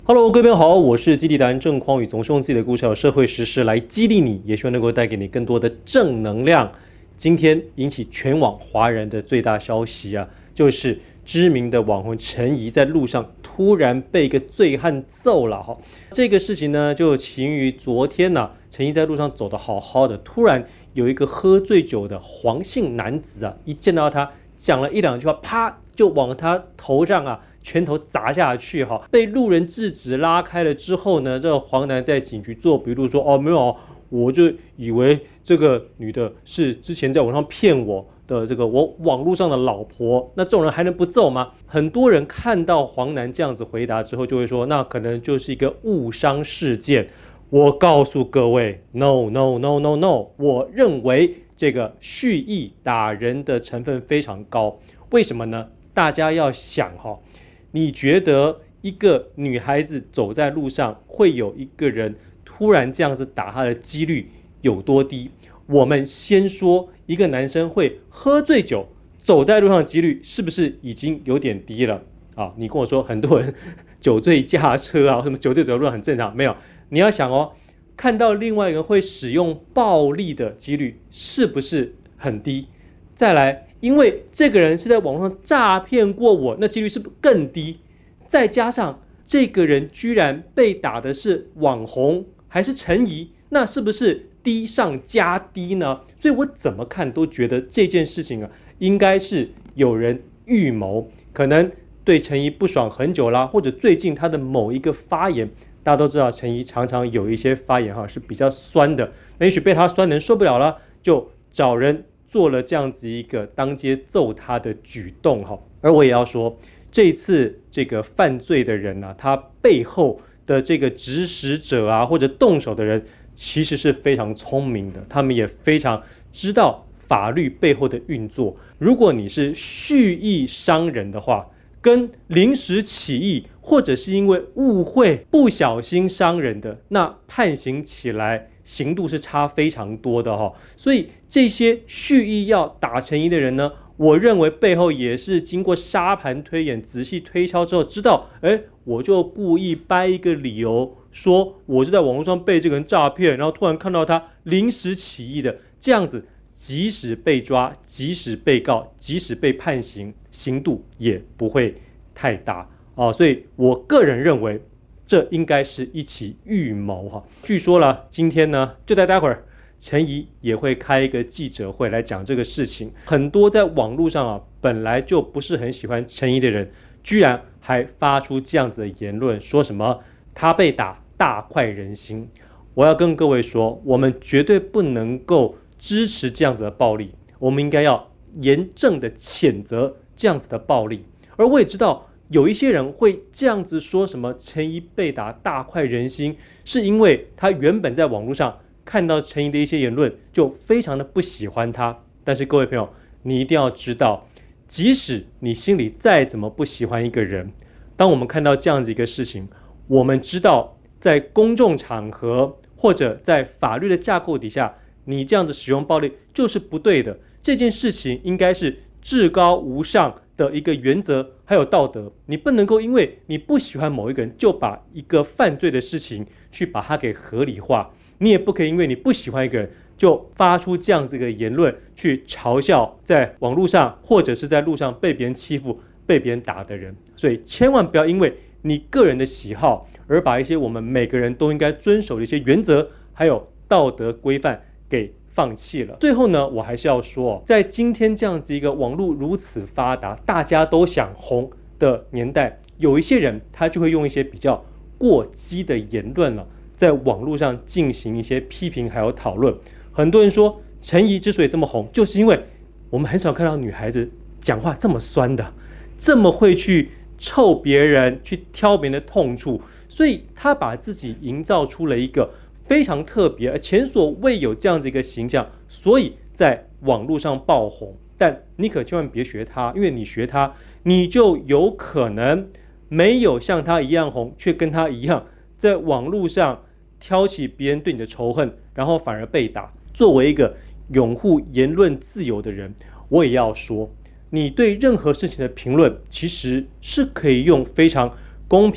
Hello，各位朋友好，我是激励达人郑匡宇，总是用自己的故事和社会时事来激励你，也希望能够带给你更多的正能量。今天引起全网华人的最大消息啊，就是知名的网红陈怡在路上突然被一个醉汉揍了哈。这个事情呢，就起因于昨天呢，陈怡在路上走得好好的，突然有一个喝醉酒的黄姓男子啊，一见到他讲了一两句话，啪就往他头上啊。拳头砸下去哈，被路人制止拉开了之后呢，这个黄男在警局做笔录说：“哦，没有，我就以为这个女的是之前在网上骗我的我网络上的老婆，那这种人还能不揍吗？”很多人看到黄男这样子回答之后，就会说：“那可能就是一个误伤事件。”我告诉各位 ，no no no no no， 我认为这个蓄意打人的成分非常高。为什么呢？大家要想哈。你觉得一个女孩子走在路上，会有一个人突然这样子打她的几率有多低？我们先说一个男生会喝醉酒走在路上的几率是不是已经有点低了啊？你跟我说很多人酒醉驾车啊，什么酒醉走在路上很正常，没有？你要想哦，看到另外一个人会使用暴力的几率是不是很低？再来。因为这个人是在网络上诈骗过我，那几率是不是更低？再加上这个人居然被打的是网红还是陈怡，那是不是低上加低呢？所以我怎么看都觉得这件事情啊，应该是有人预谋，可能对陈怡不爽很久啦，或者最近他的某一个发言，大家都知道陈怡常常有一些发言是比较酸的，那也许被他酸人受不了了，就找人。做了这样子一个当街揍他的举动哈，而我也要说，这一次这个犯罪的人啊，他背后的这个指使者啊，或者动手的人，其实是非常聪明的，他们也非常知道法律背后的运作。如果你是蓄意伤人的话，跟临时起意或者是因为误会不小心伤人的，那判刑起来。刑度是差非常多的哈，所以这些蓄意要打陈怡的人呢，我认为背后也是经过沙盘推演、仔细推敲之后，知道，我就故意掰一个理由，说我是在网络上被这个人诈骗，然后突然看到他临时起意的这样子，即使被抓、即使被告、即使被判刑，刑度也不会太大哦，所以我个人认为。这应该是一起预谋哈。据说了，今天呢，就在待会儿，陈怡也会开一个记者会来讲这个事情。很多在网络上啊，本来就不是很喜欢陈怡的人，居然还发出这样子的言论，说什么他被打大快人心。我要跟各位说，我们绝对不能够支持这样子的暴力，我们应该要严正的谴责这样子的暴力。而我也知道。有一些人会这样子说什么陈怡被打大快人心，是因为他原本在网络上看到陈怡的一些言论就非常的不喜欢他。但是各位朋友，你一定要知道，即使你心里再怎么不喜欢一个人，当我们看到这样子一个事情，我们知道在公众场合或者在法律的架构底下，你这样子使用暴力就是不对的。这件事情应该是至高无上的一个原则，还有道德，你不能够因为你不喜欢某一个人，就把一个犯罪的事情去把它给合理化。你也不可以因为你不喜欢一个人，就发出这样子的言论去嘲笑在网络上或者是在路上被别人欺负、被别人打的人。所以千万不要因为你个人的喜好，而把一些我们每个人都应该遵守的一些原则，还有道德规范给放弃了。最后呢，我还是要说，在今天这样子一个网络如此发达，大家都想红的年代，有一些人他就会用一些比较过激的言论了，在网络上进行一些批评还有讨论。很多人说陈怡之所以这么红，就是因为我们很少看到女孩子讲话这么酸的，这么会去臭别人，去挑别人的痛处，所以他把自己营造出了一个非常特别、前所未有这样子一个形象，所以在网络上爆红。但你可千万别学他，因为你学他，你就有可能没有像他一样红，却跟他一样在网络上挑起别人对你的仇恨，然后反而被打。作为一个拥护言论自由的人，我也要说，你对任何事情的评论，其实是可以用非常公平、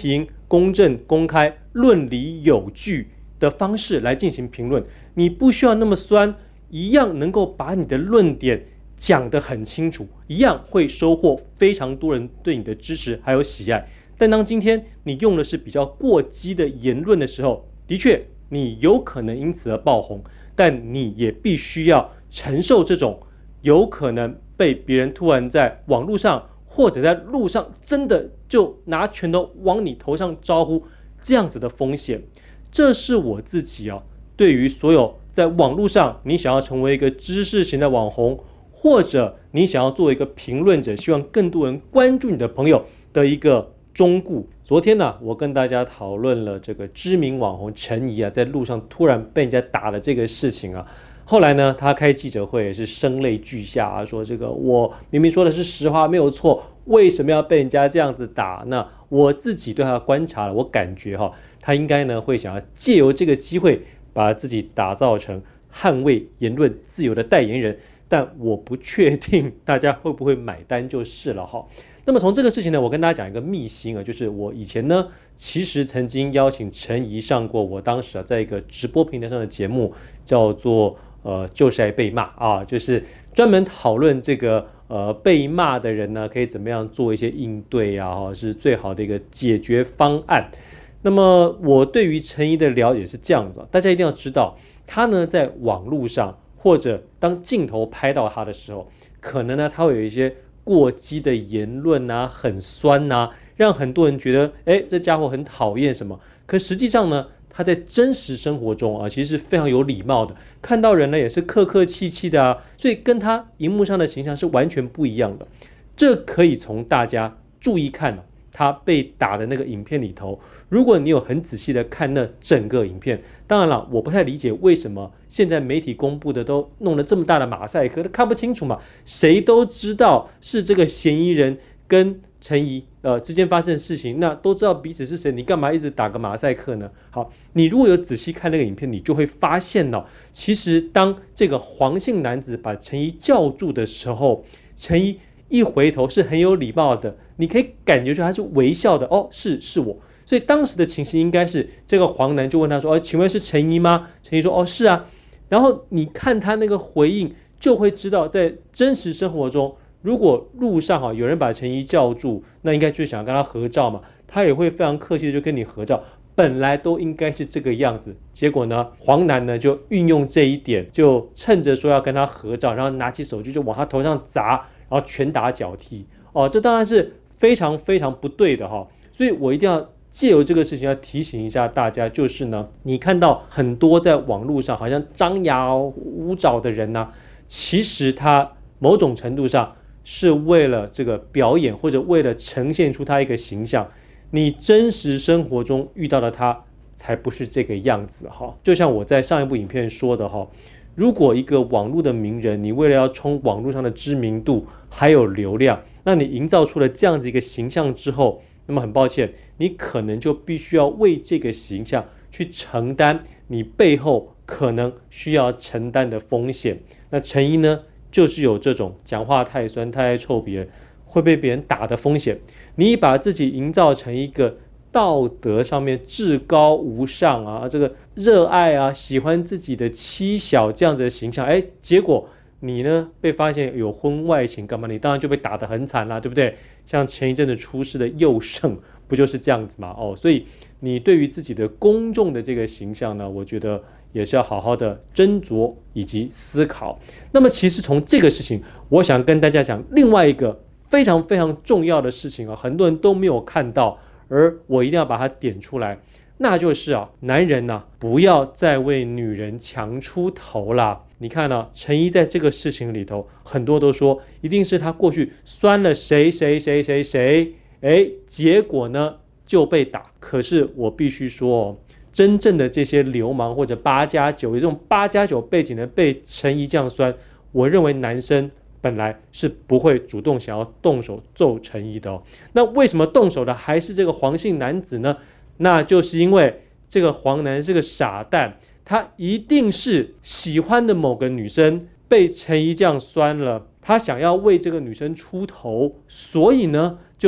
公正、公开、论理有据的方式来进行评论。你不需要那么酸，一样能够把你的论点讲得很清楚，一样会收获非常多人对你的支持还有喜爱。但当今天你用的是比较过激的言论的时候，的确你有可能因此而爆红，但你也必须要承受这种有可能被别人突然在网络上或者在路上真的就拿拳头往你头上招呼这样子的风险。这是我自己对于所有在网络上你想要成为一个知识型的网红，或者你想要做一个评论者，希望更多人关注你的朋友的一个忠告。昨天呢，我跟大家讨论了这个知名网红陈怡在路上突然被人家打的这个事情后来呢，他开记者会也是声泪俱下说这个我明明说的是实话没有错，为什么要被人家这样子打？那我自己对他的观察了，我感觉他应该呢会想要借由这个机会把自己打造成捍卫言论自由的代言人，但我不确定大家会不会买单就是了那么从这个事情呢，我跟大家讲一个秘辛就是我以前呢其实曾经邀请陈怡上过我当时在一个直播平台上的节目，叫做就是爱被骂就是专门讨论这个被骂的人呢可以怎么样做一些应对是最好的一个解决方案。那么我对于陈怡的了解是这样子大家一定要知道，他呢在网络上或者当镜头拍到他的时候，可能呢他会有一些过激的言论很酸让很多人觉得这家伙很讨厌什么。可实际上呢，他在真实生活中其实是非常有礼貌的，看到人呢也是客客气气的所以跟他荧幕上的形象是完全不一样的。这可以从大家注意看他被打的那个影片里头，如果你有很仔细的看那整个影片，当然了，我不太理解为什么现在媒体公布的都弄了这么大的马赛克，都看不清楚嘛，谁都知道是这个嫌疑人跟陈怡之间发生的事情，那都知道彼此是谁，你干嘛一直打个马赛克呢？好，你如果有仔细看那个影片，你就会发现其实当这个黄姓男子把陈怡叫住的时候，陈怡一回头是很有礼貌的，你可以感觉出他是微笑的是我。所以当时的情形应该是这个黄男就问他说请问是陈怡吗？陈怡说是啊。然后你看他那个回应就会知道，在真实生活中如果路上有人把陈怡叫住，那应该就想跟他合照嘛，他也会非常客气的就跟你合照，本来都应该是这个样子。结果呢，黄男呢就运用这一点，就趁着说要跟他合照，然后拿起手机就往他头上砸，然后拳打脚踢这当然是非常非常不对的所以我一定要借由这个事情要提醒一下大家，就是呢，你看到很多在网络上好像张牙舞爪的人其实他某种程度上是为了这个表演，或者为了呈现出他一个形象，你真实生活中遇到的他才不是这个样子就像我在上一部影片说的如果一个网络的名人，你为了要冲网络上的知名度还有流量，那你营造出了这样子一个形象之后，那么很抱歉，你可能就必须要为这个形象去承担你背后可能需要承担的风险。那陈怡呢就是有这种讲话太酸太爱臭别人会被别人打的风险。你把自己营造成一个道德上面至高无上这个热爱喜欢自己的妻小这样子的形象，结果你呢被发现有婚外情干嘛，你当然就被打得很惨啦，对不对？像前一阵子出事的佑胜不就是这样子吗？所以你对于自己的公众的这个形象呢，我觉得也是要好好的斟酌以及思考。那么其实从这个事情，我想跟大家讲另外一个非常非常重要的事情很多人都没有看到，而我一定要把它点出来，那就是男人不要再为女人强出头啦。你看陈怡在这个事情里头，很多都说一定是他过去酸了谁谁谁谁谁，结果呢就被打。可是我必须说真正的这些流氓或者8+9有这种8+9背景的被陈怡这样酸，我认为男生本来是不会主动想要动手揍陈怡的那为什么动手的还是这个黄姓男子呢？那就是因为这个黄男是个傻蛋，他一定是喜欢的某个女生被陈怡这样酸了，他想要为这个女生出头，所以呢就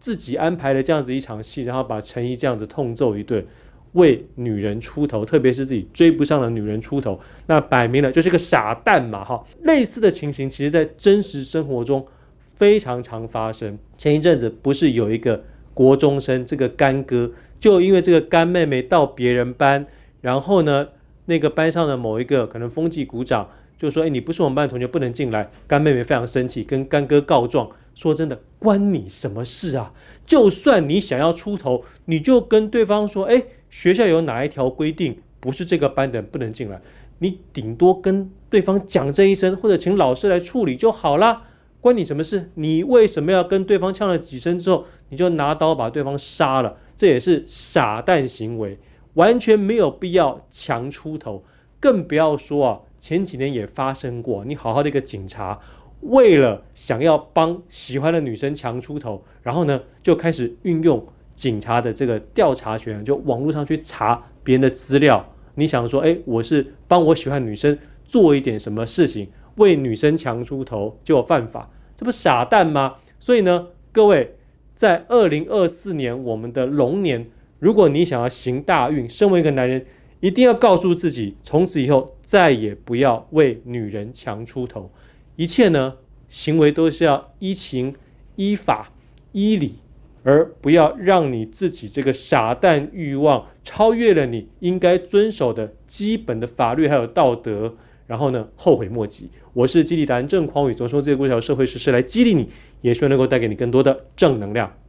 自己安排了这样子一场戏，然后把陈怡这样子痛揍一顿，为女人出头，特别是自己追不上的女人出头，那摆明了就是个傻蛋嘛哈。类似的情形，其实在真实生活中非常常发生。前一阵子不是有一个国中生，这个干哥就因为这个干妹妹到别人班，然后呢，那个班上的某一个可能风纪股长就说：“哎，你不是我们班的同学，不能进来。”干妹妹非常生气，跟干哥告状，说真的，关你什么事啊？就算你想要出头，你就跟对方说：“哎，学校有哪一条规定，不是这个班的人不能进来？”你顶多跟对方讲这一声，或者请老师来处理就好啦，关你什么事？你为什么要跟对方呛了几声之后，你就拿刀把对方杀了？这也是傻蛋行为，完全没有必要强出头，更不要说啊，前几年也发生过，你好好的一个警察，为了想要帮喜欢的女生强出头，然后呢，就开始运用警察的这个调查权，就网络上去查别人的资料。你想说，哎，我是帮我喜欢的女生做一点什么事情，为女生强出头，结果犯法，这不傻蛋吗？所以呢，各位，在2024年我们的龙年，如果你想要行大运，身为一个男人，一定要告诉自己，从此以后再也不要为女人强出头，一切呢行为都是要依情、依法、依理，而不要让你自己这个傻蛋欲望超越了你应该遵守的基本的法律还有道德，然后呢后悔莫及。我是激励达人郑匡宇，总说这个故事社会时事来激励你，也希望能够带给你更多的正能量。